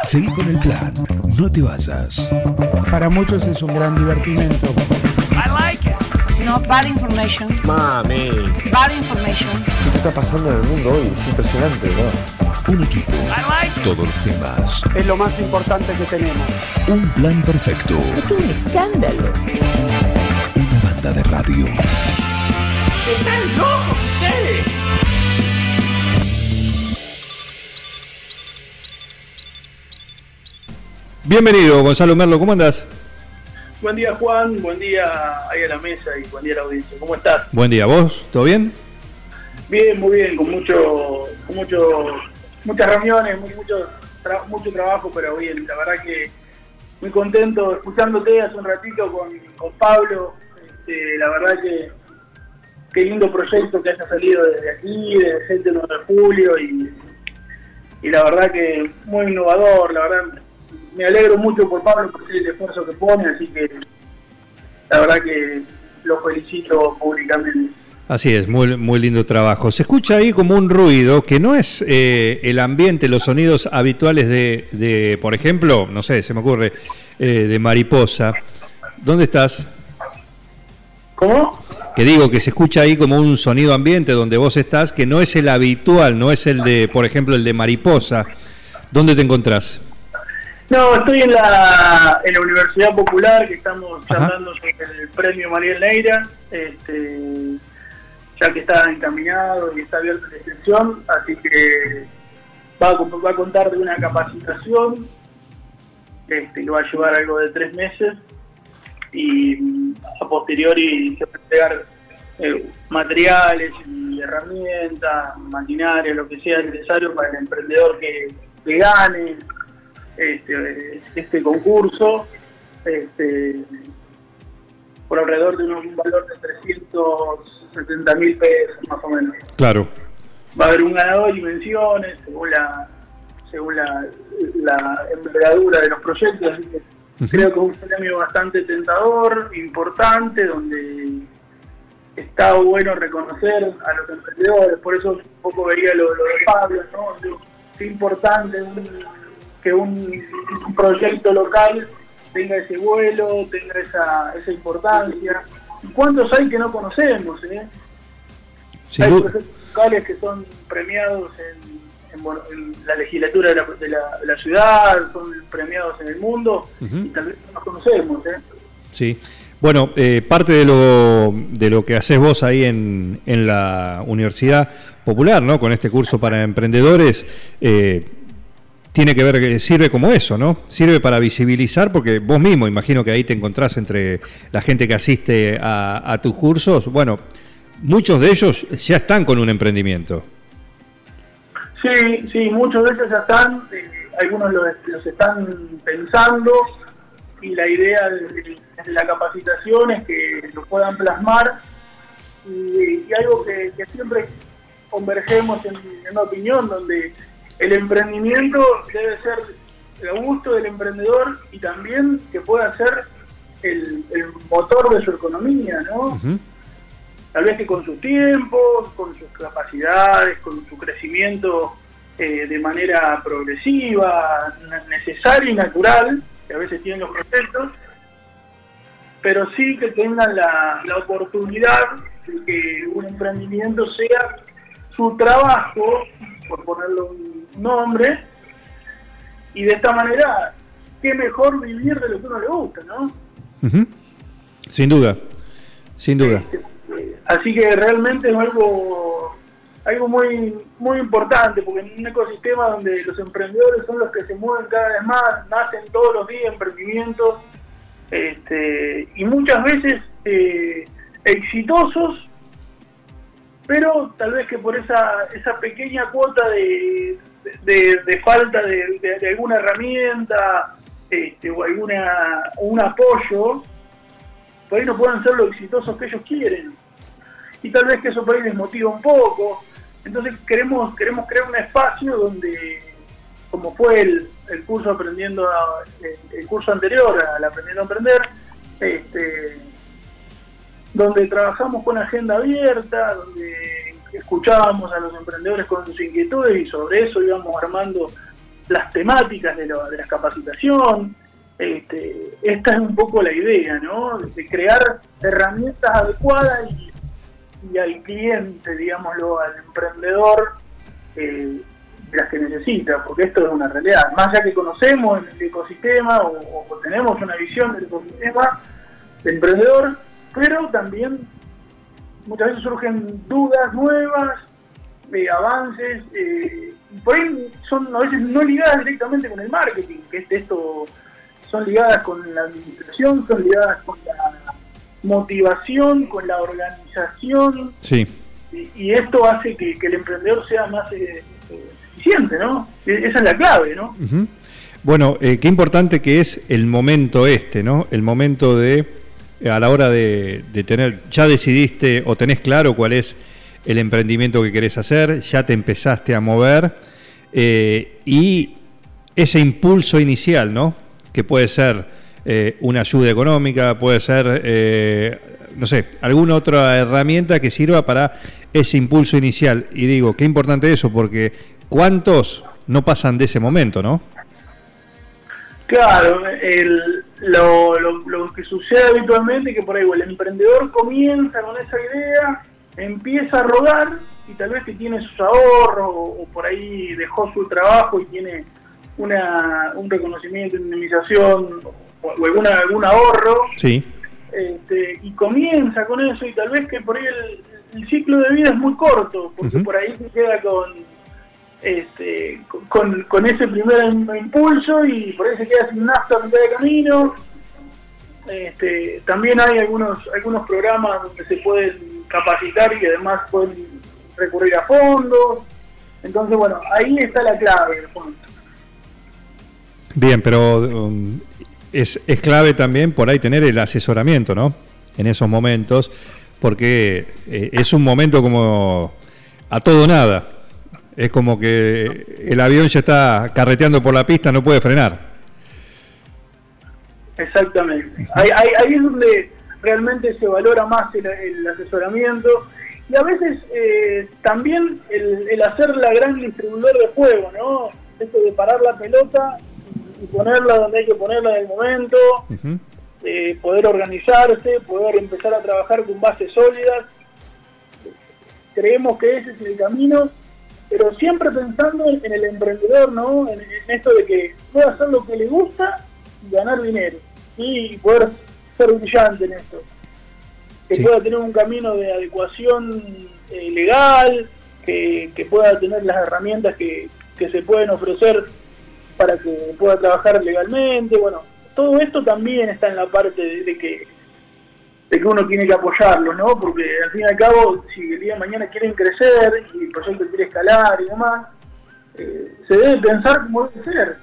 Seguí con el plan, no te vayas. Para muchos es un gran divertimento. I like it. No, bad information. Mami. Bad information. ¿Qué está pasando en el mundo hoy? Es impresionante, ¿no? Un equipo, I like it. todos los temas, Es lo más importante que tenemos. un plan perfecto, Es un escándalo. una banda de radio. ¡Están locos ustedes! Bienvenido, Gonzalo Merlo, ¿cómo andás? Buen día, Juan, buen día ahí a la mesa y buen día a la audiencia. ¿Cómo estás? Buen día, ¿vos? ¿Todo bien? Bien, muy bien, con muchas reuniones, mucho trabajo, pero bien, la verdad que muy contento escuchándote hace un ratito con Pablo. La verdad que qué lindo proyecto que haya salido desde aquí, de gente 9 de julio y la verdad que muy innovador, la verdad. Me alegro mucho por Pablo por el esfuerzo que pone, así que la verdad que lo felicito públicamente. Así es, muy lindo trabajo. Se escucha ahí como un ruido que no es el ambiente, los sonidos habituales de, por ejemplo, no sé, se me ocurre, de mariposa. ¿Dónde estás? ¿Cómo? Que digo que se escucha ahí como un sonido ambiente donde vos estás, que no es el habitual, no es el de, por ejemplo, el de mariposa. ¿Dónde te encontrás? No, estoy en la Universidad Popular, que estamos charlando sobre el premio Mariel Neira, ya que está encaminado y está abierta la inscripción, así que va a contar de una capacitación que va a llevar algo de 3 meses y a posteriori se va a entregar materiales y herramientas, maquinaria, lo que sea necesario para el emprendedor que gane este concurso, por alrededor de un valor de 370.000 pesos más o menos. Claro. Va a haber un ganador y menciones según la envergadura de los proyectos, así que creo que es un premio bastante tentador, importante, donde está bueno reconocer a los emprendedores. Por eso un poco veía lo de Pablo, ¿no? Qué importante que un proyecto local tenga ese vuelo, tenga esa importancia. ¿Y cuántos hay que no conocemos? Hay proyectos locales que son premiados en la legislatura de la ciudad, son premiados en el mundo, y tal vez no los conocemos. Sí. Bueno, parte de lo que haces vos ahí en la Universidad Popular, ¿no? Con este curso para emprendedores, tiene que ver, que sirve como eso, ¿no? Sirve para visibilizar, porque vos mismo, imagino que ahí te encontrás entre la gente que asiste a tus cursos. Bueno, muchos de ellos ya están con un emprendimiento. Sí, muchos de ellos ya están, algunos los están pensando, y la idea de la capacitación es que lo puedan plasmar, y algo que siempre convergemos en una opinión donde el emprendimiento debe ser el gusto del emprendedor y también que pueda ser el motor de su economía, ¿no? Tal vez que con sus tiempos, con sus capacidades, con su crecimiento de manera progresiva, necesaria y natural, que a veces tienen los procesos, pero sí que tengan la oportunidad de que un emprendimiento sea su trabajo, por ponerle un nombre, y de esta manera, qué mejor vivir de lo que uno le gusta, ¿no? Sin duda, sin duda. Así que realmente es algo muy muy importante, porque en un ecosistema donde los emprendedores son los que se mueven cada vez más, nacen todos los días emprendimientos, y muchas veces exitosos, pero tal vez que por esa pequeña cuota de falta de alguna herramienta o un apoyo, por ahí no pueden ser lo exitosos que ellos quieren, y tal vez que eso por ahí les motiva un poco. Entonces queremos crear un espacio donde, como fue el curso el curso anterior al Aprendiendo a Emprender, donde trabajamos con agenda abierta, donde escuchábamos a los emprendedores con sus inquietudes y sobre eso íbamos armando las temáticas de la capacitación. Esta es un poco la idea, ¿no? De crear herramientas adecuadas y al cliente, digámoslo, al emprendedor, las que necesita, porque esto es una realidad. Más allá que conocemos el ecosistema o tenemos una visión del ecosistema del emprendedor, pero también muchas veces surgen dudas nuevas, avances, y por ahí son a veces no ligadas directamente con el marketing, que esto son ligadas con la administración, son ligadas con la motivación, con la organización. Sí. Y esto hace que el emprendedor sea más eficiente, ¿no? Esa es la clave, ¿no? Uh-huh. Bueno, qué importante que es el momento ¿no? El momento a la hora de tener, ya decidiste o tenés claro cuál es el emprendimiento que querés hacer, ya te empezaste a mover, y ese impulso inicial, ¿no? Que puede ser una ayuda económica, puede ser, no sé, alguna otra herramienta que sirva para ese impulso inicial. Y digo, qué importante eso, porque ¿cuántos no pasan de ese momento, no? Claro, lo que sucede habitualmente es que por ahí el emprendedor comienza con esa idea, empieza a rodar y tal vez que tiene sus ahorros o por ahí dejó su trabajo y tiene un reconocimiento, una indemnización o algún ahorro. Sí. Y comienza con eso y tal vez que por ahí el ciclo de vida es muy corto, porque por ahí se queda con ese primer impulso y por ahí se queda sin nafta a mitad de camino. También hay algunos programas donde se pueden capacitar y además pueden recurrir a fondos. Entonces, bueno, ahí está la clave del fondo. Bien, pero es clave también por ahí tener el asesoramiento, ¿no? En esos momentos, porque es un momento como a todo o nada. Es como que el avión ya está carreteando por la pista, no puede frenar. Exactamente. Ahí es donde realmente se valora más el asesoramiento. Y a veces también el hacer la gran distribuidor de juego, ¿no? Esto de parar la pelota y ponerla donde hay que ponerla en el momento, poder organizarse, poder empezar a trabajar con bases sólidas. Creemos que ese es el camino, pero siempre pensando en el emprendedor, ¿no? En esto de que pueda hacer lo que le gusta y ganar dinero, y poder ser brillante en esto. Que pueda tener un camino de adecuación legal, que pueda tener las herramientas que se pueden ofrecer para que pueda trabajar legalmente. Bueno, todo esto también está en la parte de que uno tiene que apoyarlo, ¿no? Porque al fin y al cabo, si el día de mañana quieren crecer y el proyecto quiere escalar y demás, se debe pensar cómo debe ser.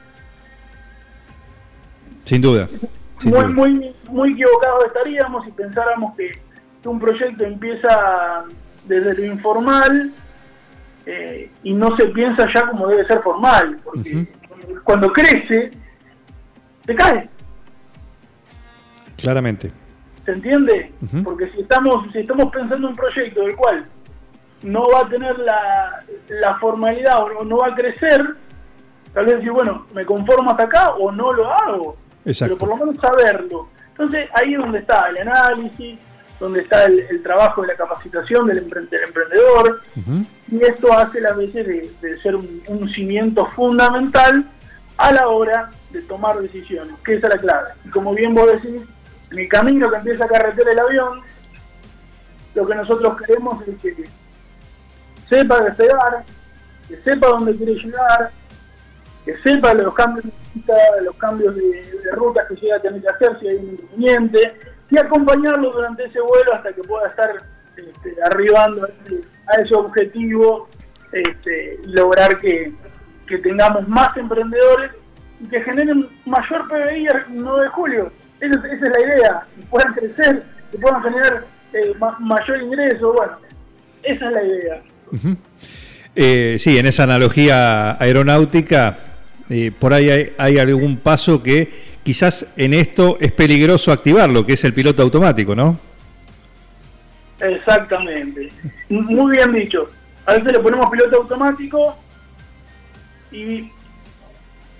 Sin duda. Muy equivocados estaríamos si pensáramos que un proyecto empieza desde lo informal y no se piensa ya como debe ser formal, porque cuando crece, te cae. Claramente. ¿Se entiende? Porque si estamos pensando en un proyecto del cual no va a tener la formalidad o no va a crecer, tal vez decir, bueno, me conformo hasta acá o no lo hago. Exacto. Pero por lo menos saberlo. Entonces ahí es donde está el análisis, donde está el trabajo de la capacitación del emprendedor, y esto hace las veces de ser un cimiento fundamental a la hora de tomar decisiones, que esa es la clave. Y como bien vos decís, en el camino que empieza a carretear el avión, lo que nosotros queremos es que sepa despegar, que sepa dónde quiere llegar, que sepa los cambios de rutas que llega a tener que hacer si hay un inconveniente, y acompañarlo durante ese vuelo hasta que pueda estar arribando a ese objetivo, y lograr que tengamos más emprendedores y que generen mayor PBI el 9 de julio. Esa es la idea, que puedan crecer, que puedan generar mayor ingreso. Bueno, esa es la idea. Sí, en esa analogía aeronáutica, por ahí hay algún paso que quizás en esto es peligroso activarlo, que es el piloto automático, ¿no? Exactamente, muy bien dicho. A veces le ponemos piloto automático y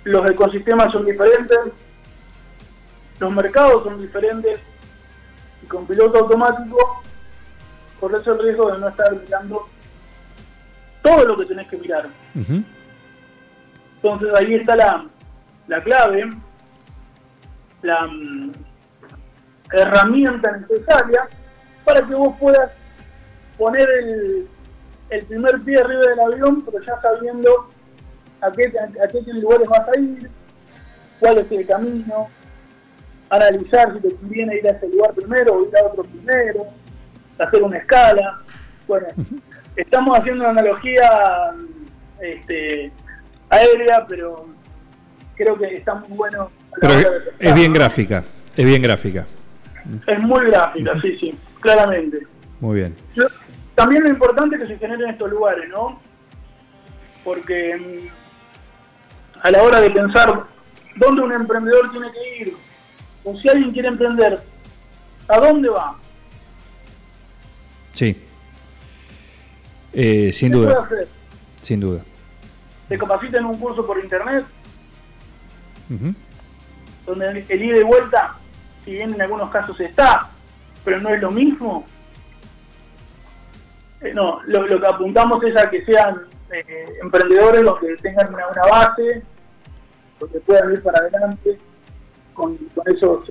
los ecosistemas son diferentes, los mercados son diferentes, y con piloto automático corres el riesgo de no estar mirando todo lo que tenés que mirar. Ujú. Entonces ahí está la clave, la herramienta necesaria para que vos puedas poner el primer pie arriba del avión, pero ya sabiendo a qué lugares vas a ir, cuál es el camino, analizar si te conviene ir a ese lugar primero o ir a otro primero, hacer una escala. Bueno, estamos haciendo una analogía aérea, pero creo que está muy bueno. Pero es bien gráfica, es bien gráfica. Es muy gráfica, sí, claramente. Muy bien. También lo importante es que se generen estos lugares, ¿no? Porque a la hora de pensar dónde un emprendedor tiene que ir, o si alguien quiere emprender, ¿a dónde va? Sí. Sin ¿Qué duda. puede hacer? Sin duda. ¿Se capacita en un curso por internet? Ujú. Donde el ida y vuelta, si bien en algunos casos está, pero no es lo mismo. No, lo que apuntamos es a que sean emprendedores los que tengan una base, los que puedan ir para adelante con esos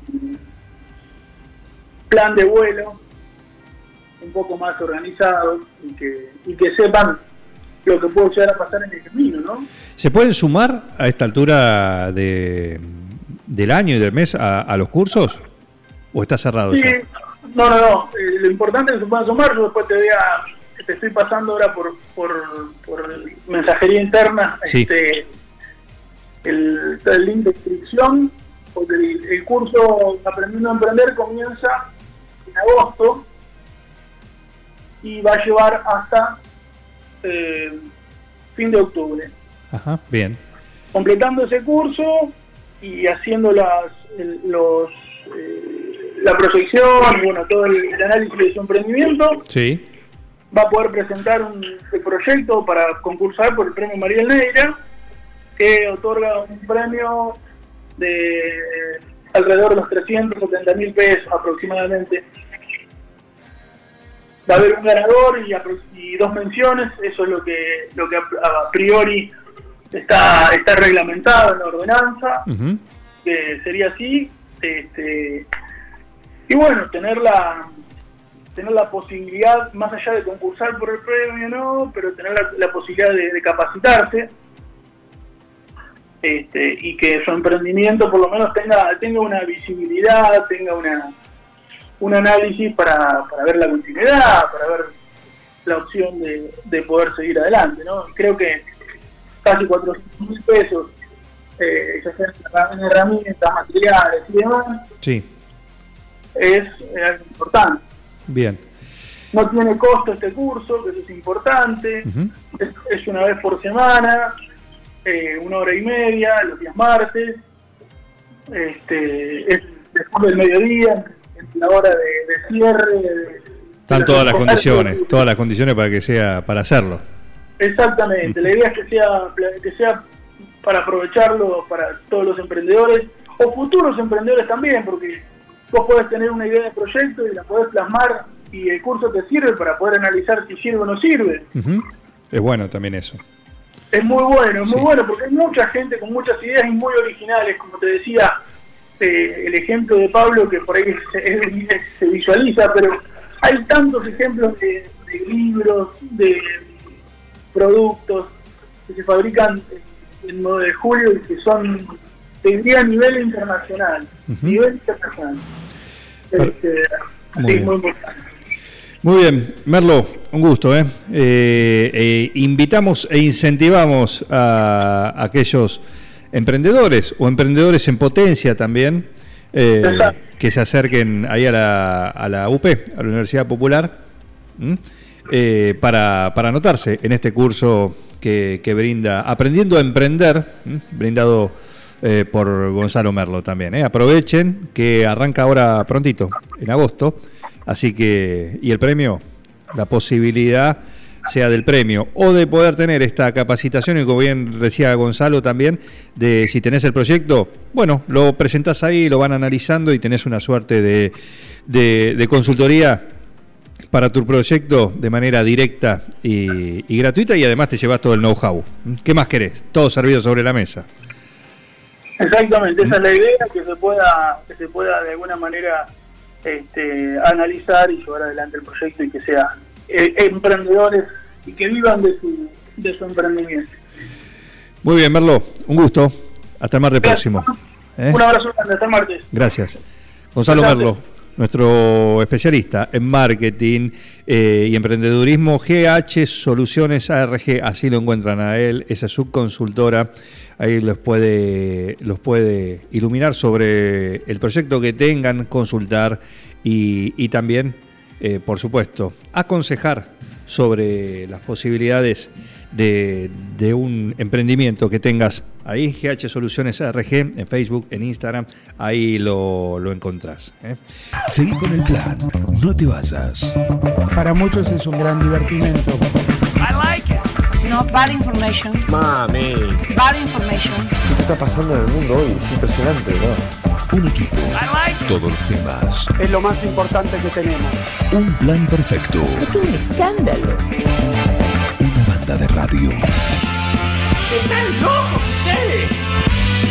plan de vuelo un poco más organizados y que sepan lo que puede llegar a pasar en el camino, ¿no? ¿Se pueden sumar a esta altura del año y del mes a los cursos? ¿O está cerrado Sí, ya? no. Lo importante es que se puedan sumar. Yo después te estoy pasando ahora por mensajería interna Sí. el link de inscripción, porque el curso Aprendiendo a Emprender comienza en agosto y va a llevar hasta fin de octubre. Ajá, bien. Completando ese curso y haciendo la proyección y bueno, todo el análisis de su emprendimiento, Sí. va a poder presentar el proyecto para concursar por el premio Mariel Neira, que otorga un premio de alrededor de los 370.000 pesos aproximadamente. Va a haber un ganador y dos menciones. Eso es lo que a priori está reglamentado en la ordenanza, Ujú. que sería así. Y bueno, tener la posibilidad, más allá de concursar por el premio, no, pero tener la posibilidad de capacitarse, y que su emprendimiento por lo menos tenga una visibilidad, tenga un análisis para ver la continuidad, para ver la opción de poder seguir adelante, ¿no? Creo que casi 400.000 pesos, ya sean en herramientas, materiales y demás, Sí. es algo importante. Bien. No tiene costo este curso, que eso es importante. Ujú. Es una vez por semana, 1 hora y media, los días martes. Es después del mediodía, en la hora de cierre. Están todas las condiciones para hacerlo. Exactamente. La idea es que sea para aprovecharlo para todos los emprendedores o futuros emprendedores también, porque vos podés tener una idea de proyecto y la podés plasmar y el curso te sirve para poder analizar si sirve o no sirve. Ujú. Es bueno también eso. Es muy bueno, Sí. porque hay mucha gente con muchas ideas y muy originales, como te decía, el ejemplo de Pablo, que por ahí se visualiza, pero hay tantos ejemplos de libros, de productos que se fabrican en 9 de julio y que son, te diría, a nivel internacional. Ujú. Nivel internacional. Muy Sí, bien. muy importante. Muy bien, Merlo, un gusto. Invitamos e incentivamos a aquellos emprendedores o emprendedores en potencia también que se acerquen ahí a la UP, a la Universidad Popular, para anotarse en este curso que brinda Aprendiendo a Emprender, brindado por Gonzalo Merlo también. Aprovechen que arranca ahora prontito, en agosto. Así que, y el premio, la posibilidad sea del premio, o de poder tener esta capacitación, y como bien decía Gonzalo también, de si tenés el proyecto, bueno, lo presentás ahí, lo van analizando y tenés una suerte de consultoría para tu proyecto de manera directa y gratuita, y además te llevas todo el know-how. ¿Qué más querés? Todo servido sobre la mesa. Exactamente, esa es la idea, que se pueda de alguna manera analizar y llevar adelante el proyecto y que sean emprendedores y que vivan de su emprendimiento. Muy bien, Merlo, un gusto. Hasta el martes próximo. Un abrazo grande, hasta el martes. Gracias. Gonzalo Merlo, nuestro especialista en marketing y emprendedurismo, GH Soluciones ARG, así lo encuentran a él, esa subconsultora, ahí los puede iluminar sobre el proyecto que tengan, consultar y también, por supuesto, aconsejar sobre las posibilidades de un emprendimiento que tengas ahí. GH Soluciones ARG en Facebook, en Instagram, ahí lo encontrás. Seguí con el plan, no te vayas. Para muchos es un gran divertimento. I like it. No, bad information. Mami, Bad information. ¿qué está pasando en el mundo hoy? Es impresionante, ¿no? Un equipo, I like it. todos los temas, Es lo más importante que tenemos. un plan perfecto. Es un escándalo. Una banda de radio. ¿Están locos ustedes?